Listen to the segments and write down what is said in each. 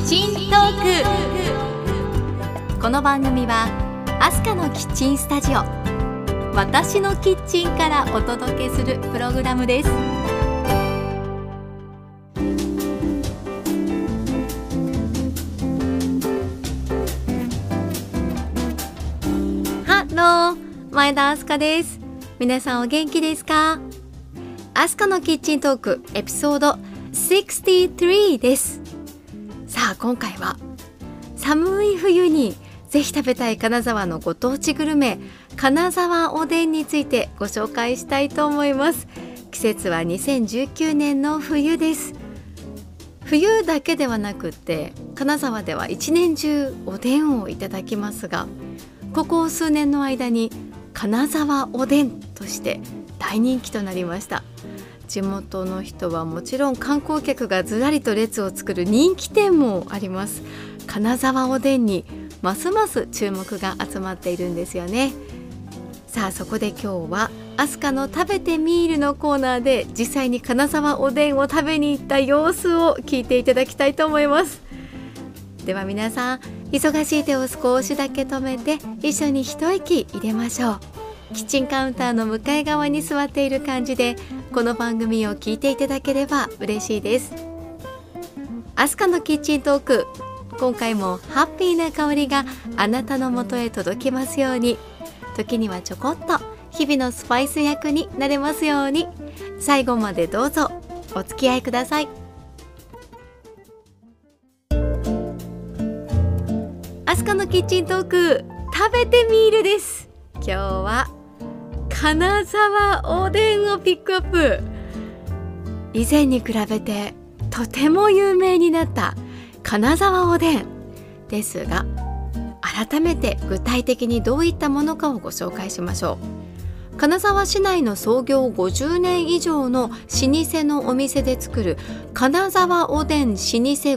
ッチントーク。この番組はアスカのキッチンスタジオ、私のキッチンからお届けするプログラムです。ハロー、前田アスカです。皆さんお元気ですか？アスカのキッチントークエピソード63です。さあ、今回は寒い冬にぜひ食べたい金沢のご当地グルメ、金沢おでんについてご紹介したいと思います。季節は2019年の冬です。冬だけではなくって金沢では一年中おでんをいただきますが、ここ数年の間に金沢おでんとして大人気となりました。地元の人はもちろん観光客がずらりと列を作る人気店もあります。金沢おでんにますます注目が集まっているんですよね。さあ、そこで今日はアスカの食べてみーるのコーナーで実際に金沢おでんを食べに行った様子を聞いていただきたいと思います。では皆さん、忙しい手を少しだけ止めて一緒に一息入れましょう。キッチンカウンターの向かい側に座っている感じでこの番組を聞いていただければ嬉しいです。アスカのキッチントーク、今回もハッピーな香りがあなたの元へ届きますように。時にはちょこっと日々のスパイス役になれますように。最後までどうぞお付き合いください。アスカのキッチントーク、食べてみーるです。今日は金沢おでんをピックアップ。以前に比べてとても有名になった金沢おでんですが、改めて具体的にどういったものかをご紹介しましょう。金沢市内の創業50年以上の老舗のお店で作る金沢おでん老舗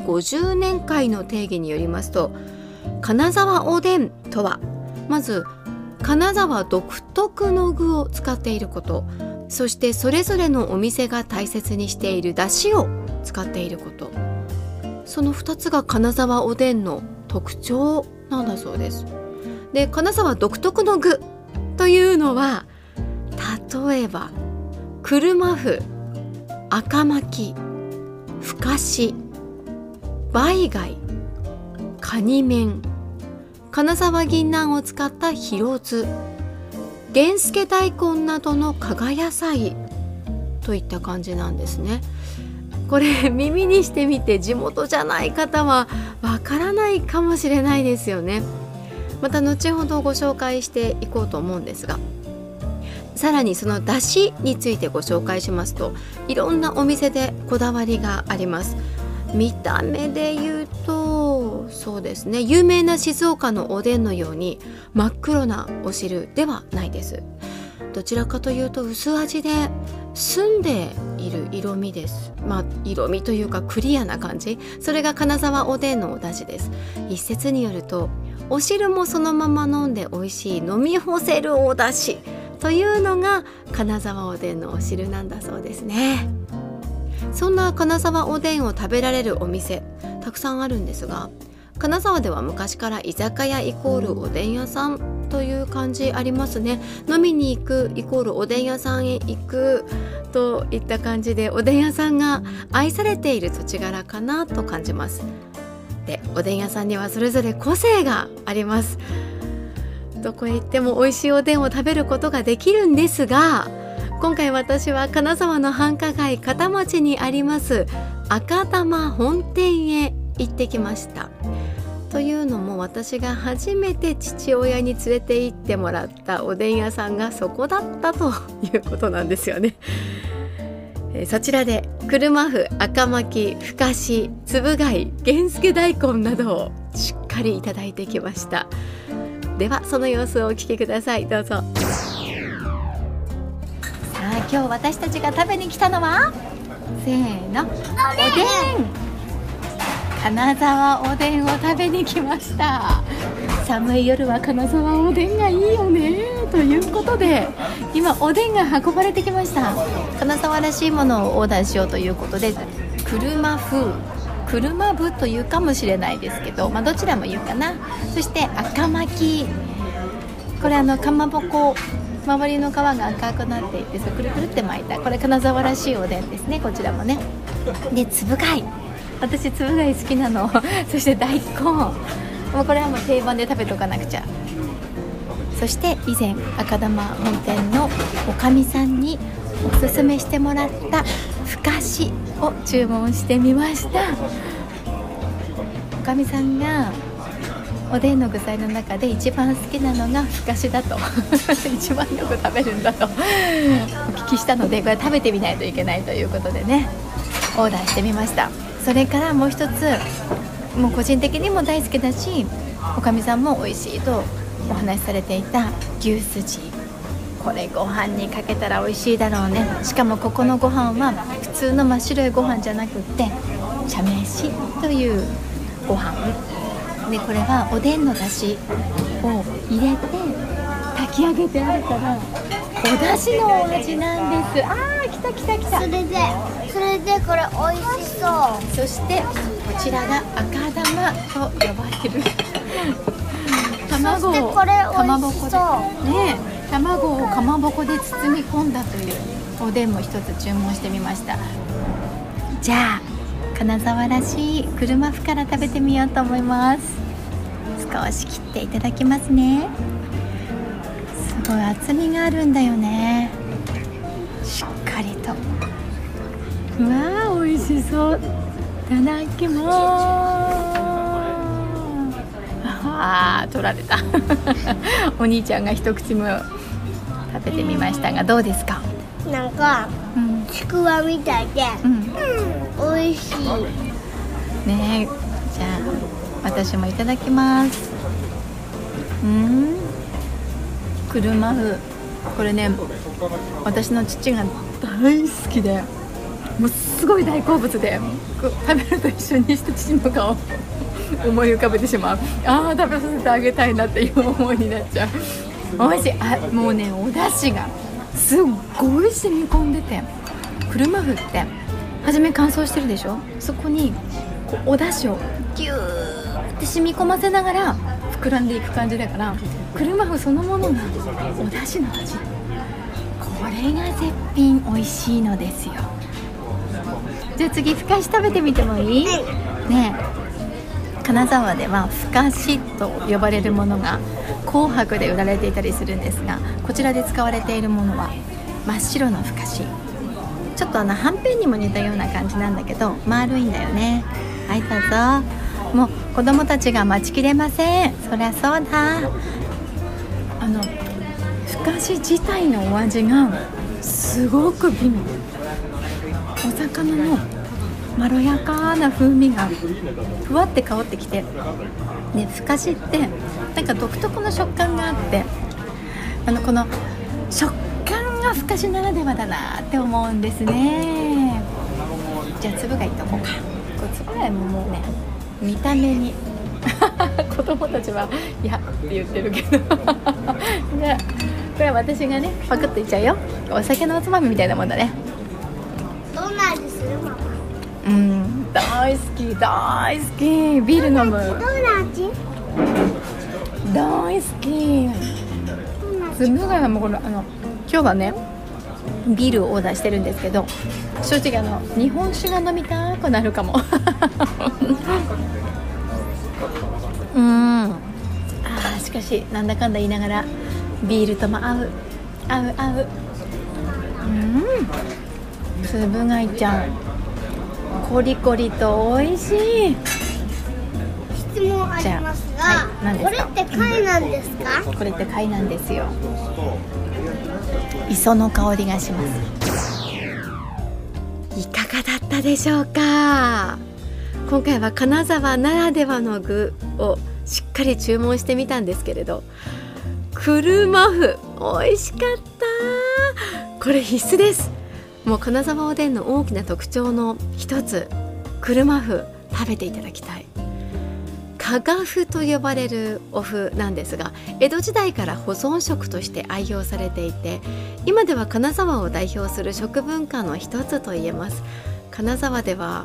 50年会の定義によりますと、金沢おでんとはまず金沢独特の具を使っていること、そしてそれぞれのお店が大切にしている出汁を使っていること、その2つが金沢おでんの特徴なんだそうです。で、金沢独特の具というのは、例えば車麩、赤巻、ふかし、梅貝、カニ麺、金沢銀杏を使った広酢、源助大根などの加賀野菜といった感じなんですね。これ耳にしてみて地元じゃない方はわからないかもしれないですよね。また後ほどご紹介していこうと思うんですが、さらにその出汁についてご紹介しますと、いろんなお店でこだわりがあります。見た目で言うとそうですね、有名な静岡のおでんのように真っ黒なお汁ではないです。どちらかというと薄味で澄んでいる色味です。色味というかクリアな感じ、それが金沢おでんのお出汁です。一説によると、お汁もそのまま飲んで美味しい飲み干せるお出汁というのが金沢おでんのお汁なんだそうですね。そんな金沢おでんを食べられるお店たくさんあるんですが、金沢では昔から居酒屋イコールおでん屋さんという感じありますね。飲みに行くイコールおでん屋さんへ行くといった感じで、おでん屋さんが愛されている土地柄かなと感じます。で、おでん屋さんにはそれぞれ個性があります。どこへ行っても美味しいおでんを食べることができるんですが、今回私は金沢の繁華街片町にあります赤玉本店へ行ってきました。というのも、私が初めて父親に連れて行ってもらったおでん屋さんがそこだったということなんですよね。そちらで車麩、赤巻、ふかし、つぶ貝、源助大根などをしっかりいただいてきました。ではその様子をお聞きください。どうぞ。今日私たちが食べに来たのはせーの、おでん。金沢おでんを食べに来ました。寒い夜は金沢おでんがいいよねということで、今おでんが運ばれてきました。金沢らしいものをオーダーしようということで、車風、 車麩というかもしれないですけど、どちらも言うかな。そして赤巻き、これかまぼこ周りの皮が赤くなっていて、それくるくるって巻いた、これ金沢らしいおでんですね、こちらもね。でつぶ貝、私つぶ貝好きなのそして大根、もうこれはもう定番で食べとかなくちゃ。そして以前赤玉本店のおかみさんにおすすめしてもらったふかしを注文してみました。おかみさんがおでんの具材の中で一番好きなのがふかしだと一番よく食べるんだとお聞きしたので、これ食べてみないといけないということでね、オーダーしてみました。それからもう一つ、もう個人的にも大好きだし、おかみさんも美味しいとお話しされていた牛すじ、これご飯にかけたら美味しいだろうね。しかもここのご飯は普通の真っ白いご飯じゃなくって茶飯というご飯で、これはおでんの出汁を入れて炊き上げてあるからお出汁のお味なんです。来た来た来た。それでこれ美味しそう。そしてこちらが赤玉と呼ばれる卵をかまぼこでね、卵をかまぼこで包み込んだというおでんも一つ注文してみました。じゃあ金沢らしい車麩から食べてみようと思います。少し切っていただきますね。すごい厚みがあるんだよね、しっかりと。うわー美味しそう。いただきます。取られたお兄ちゃんが一口も食べてみましたが、どうですか？ なんか、ちくわみたいで、美味しいね。じゃあ私もいただきます。車麩、これね、私の父が大好きで、もうすごい大好物で、食べると一緒にして父の顔思い浮かべてしまう。食べさせてあげたいなっていう思いになっちゃう。美味しい。もうね、お出汁がすっごい染み込んでて、車麩って初め乾燥してるでしょ。そこにお出汁をギューって染み込ませながら膨らんでいく感じだから、車麩そのものがお出汁の味、これが絶品、美味しいのですよ。じゃあ次ふかし食べてみてもいい？ねえ、金沢ではふかしと呼ばれるものが紅白で売られていたりするんですが、こちらで使われているものは真っ白のふかし。ちょっとはんぺんにも似たような感じなんだけど丸いんだよね。はい、どうぞ。もう子供たちが待ちきれません。そりゃそうだ。ふかし自体のお味がすごく美味。お魚のまろやかな風味がふわって香ってきて、ね、ふかしってなんか独特の食感があって、この食感がふかしならではだなって思うんですね。じゃあつぶ貝いっとこうか。これつぶ貝ももうね、見た目に子供たちはいやって言ってるけどじゃあこれは私がねパクッといっちゃうよ。お酒のおつまみみたいなもんだね。 どんな味するママ？ 大好き大好き。ビール飲む。 どんな味？ 大好き。つぶ貝はもう今日はねビールをオーダーしてるんですけど、正直日本酒が飲みたくなるかもしかしなんだかんだ言いながらビールとも合う。つぶ貝ちゃんコリコリと美味しい。 質問ありますが、 はい、 これって貝なんですか？ これって貝なんですよ。磯の香りがします。いかがだったでしょうか。今回は金沢ならではの具をしっかり注文してみたんですけれど、車麩美味しかった。これ必須です。もう金沢おでんの大きな特徴の一つ、車麩食べていただきたい。加賀麩と呼ばれるお麩なんですが、江戸時代から保存食として愛用されていて、今では金沢を代表する食文化の一つと言えます。金沢では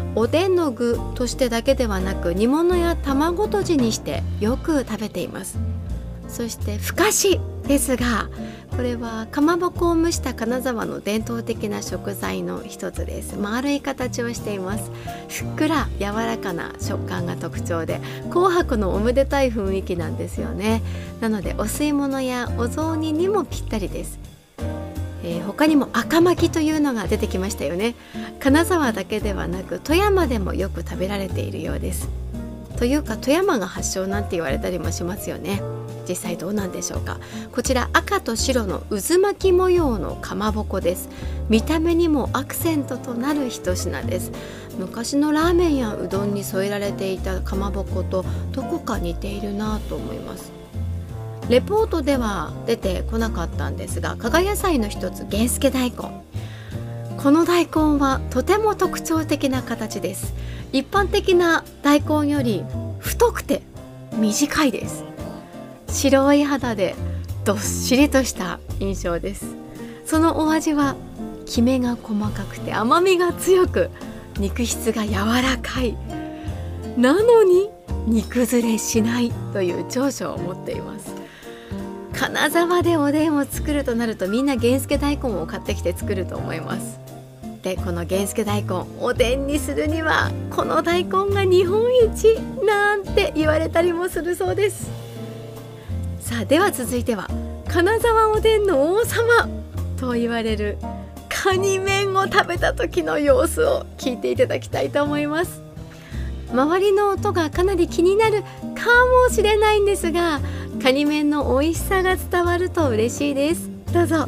おでんの具としてだけではなく煮物や卵とじにしてよく食べています。そしてふかしですが、これはかまぼこを蒸した金沢の伝統的な食材の一つです。丸い形をしています。ふっくら柔らかな食感が特徴で、紅白のおめでたい雰囲気なんですよね。なのでお吸い物やお雑煮にもぴったりです。他にも赤巻きというのが出てきましたよね。金沢だけではなく富山でもよく食べられているようです。というか富山が発祥なんて言われたりもしますよね。実際どうなんでしょうか。こちら赤と白の渦巻き模様のかまぼこです。見た目にもアクセントとなる一品です。昔のラーメンやうどんに添えられていたかまぼことどこか似ているなと思います。レポートでは出てこなかったんですが、加賀野菜の一つ源助大根、この大根はとても特徴的な形です。一般的な大根より太くて短いです。白い肌でどっしりとした印象です。そのお味はきめが細かくて甘みが強く、肉質が柔らかい、なのに煮崩れしないという長所を持っています。金沢でおでんを作るとなると、みんな源助大根を買ってきて作ると思います。でこの源助大根、おでんにするにはこの大根が日本一なんて言われたりもするそうです。さあ、では続いては金沢おでんの王様と言われるカニ麺を食べた時の様子を聞いていただきたいと思います。周りの音がかなり気になるかもしれないんですが、カニ麺の美味しさが伝わると嬉しいです。どうぞ。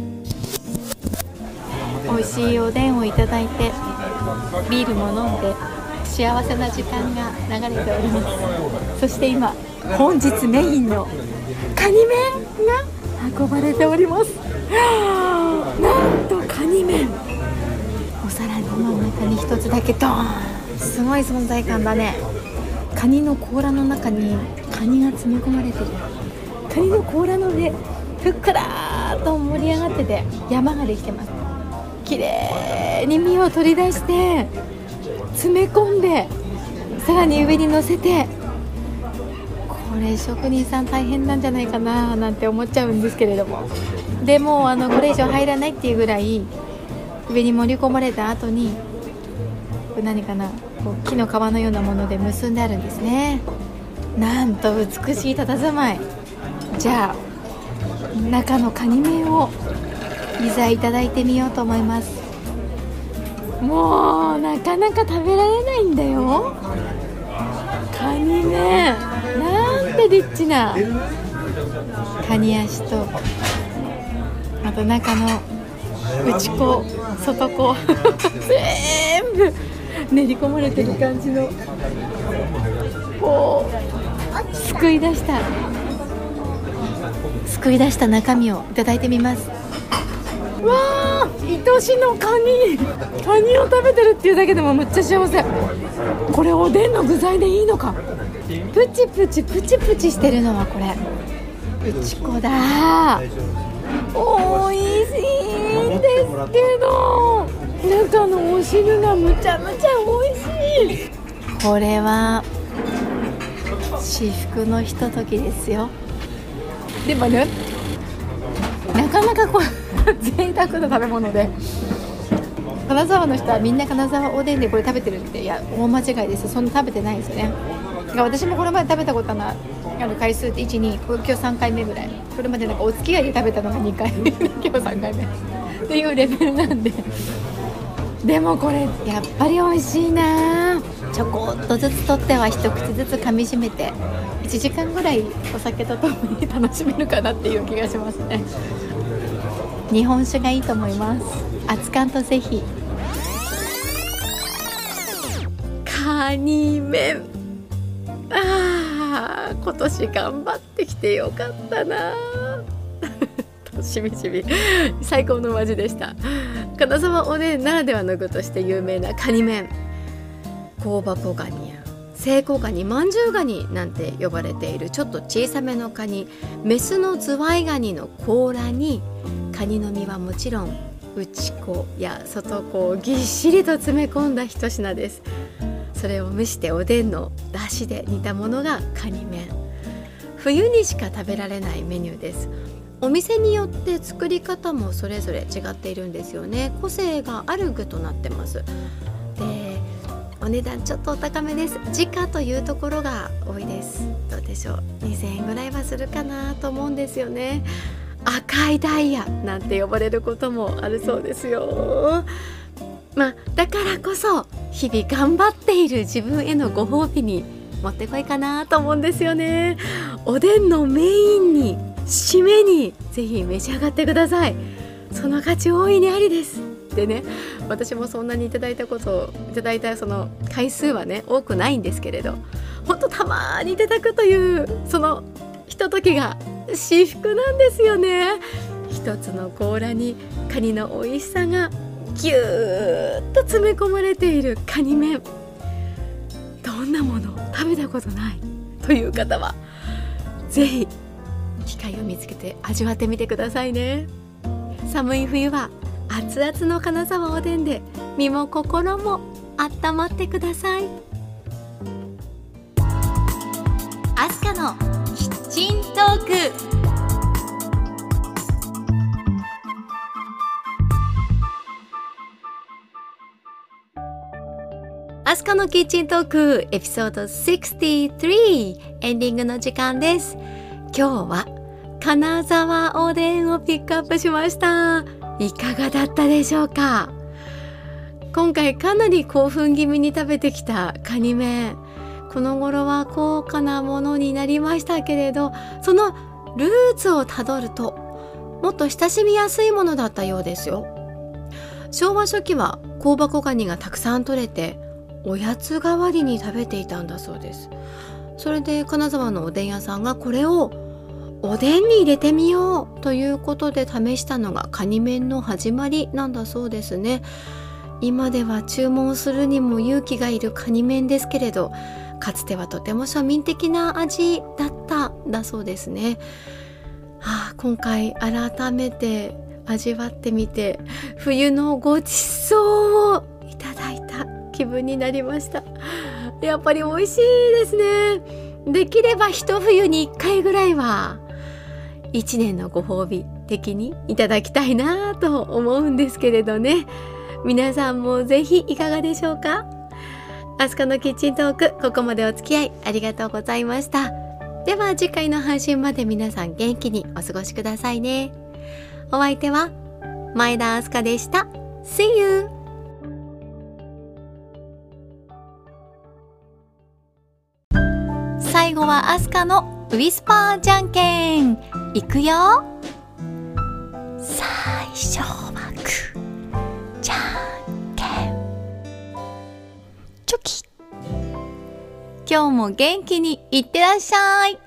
美味しいおでんをいただいて、ビールも飲んで幸せな時間が流れております。そして今、本日メインのカニ麺が運ばれております。なんとカニ麺、お皿の真ん中に一つだけドーン、すごい存在感だね。カニの甲羅の中にカニが詰め込まれてる。カニの甲羅の上、ふっくらーと盛り上がってて山ができてます。きれいに身を取り出して詰め込んで、さらに上に乗せて、これ職人さん大変なんじゃないかななんて思っちゃうんですけれども、でもこれ以上入らないっていうぐらい上に盛り込まれた後に、何かな、こう木の皮のようなもので結んであるんですね。なんと美しい佇まい。じゃあ中のカニ麺をいざいただいてみようと思います。もうなかなか食べられないんだよ、カニ麺。なんてリッチなカニ足と、あと中の内子外子全部練り込まれてる感じの、こうすくい出した中身をいただいてみます。わー、愛しのカニを食べてるっていうだけでもむっちゃ幸せ。これおでんの具材でいいのか。プチプチしてるのはこれ内子だ。おいしいんですけど、中のお汁がむちゃむちゃおいしい。これは至福のひとときですよ。でもね、なかなかこう贅沢な食べ物で、金沢の人はみんな金沢おでんでこれ食べてるって、いや大間違いです。そんな食べてないですよね。私もこれまで食べたことのある回数って1、2、今日3回目ぐらい。これまでなんかお付き合いで食べたのが2回今日3回目っていうレベルなんで、でもこれやっぱり美味しいな。ちょこっとずつ取っては一口ずつ噛みしめて、1時間ぐらいお酒とともに楽しめるかなっていう気がしますね。日本酒がいいと思います。熱燗とぜひ。カニ麺、今年頑張ってきてよかったなしみじみ最高のお味でした。金沢おでんならではの具として有名なカニ麺、香箱ガニやセイコガニ、まんじゅうガニなんて呼ばれているちょっと小さめのカニ、メスのズワイガニの甲羅にカニの身はもちろん内子や外子をぎっしりと詰め込んだ一品です。 それを蒸しておでんの出汁で煮たものがカニ麺。冬にしか食べられないメニューです。お店によって作り方もそれぞれ違っているんですよね。個性がある具となってます。で、お値段ちょっとお高めです。時価というところが多いです。どうでしょう、2000円ぐらいはするかなと思うんですよね。赤いダイヤなんて呼ばれることもあるそうですよ。だからこそ日々頑張っている自分へのご褒美に持ってこいかなと思うんですよね。おでんのメインに締めにぜひ召し上がってください。その価値大いにありですでね、私もそんなにいただいたその回数はね多くないんですけれど、ほんとたまにいただくというそのひとときが至福なんですよね。一つの甲羅にカニの美味しさがぎゅーっと詰め込まれているカニ麺、どんなもの食べたことないという方はぜひ機会を見つけて味わってみてくださいね。寒い冬は熱々の金沢おでんで身も心も温まってください。アスカのキッチントーク。アスカのキッチントークエピソード63エンディングの時間です。今日は金沢おでんをピックアップしました。いかがだったでしょうか。今回かなり興奮気味に食べてきたカニ麺、この頃は高価なものになりましたけれど、そのルーツをたどるともっと親しみやすいものだったようですよ。昭和初期は香箱ガニがたくさん取れておやつ代わりに食べていたんだそうです。それで金沢のおでん屋さんがこれをおでんに入れてみようということで試したのがカニ麺の始まりなんだそうですね。今では注文するにも勇気がいるカニ麺ですけれど、かつてはとても庶民的な味だったんだそうですね。今回改めて味わってみて冬のごちそうをいただいた気分になりました。やっぱり美味しいですね。できれば一冬に1回ぐらいは1年のご褒美的にいただきたいなと思うんですけれどね。皆さんもぜひいかがでしょうか。アスカのキッチントーク、ここまでお付き合いありがとうございました。では次回の配信まで皆さん元気にお過ごしくださいね。お相手は前田アスカでした。 See you。 最後はアスカのウィスパーじゃんけんいくよ。最初はグー、じゃんけんチョキ。今日も元気にいってらっしゃい。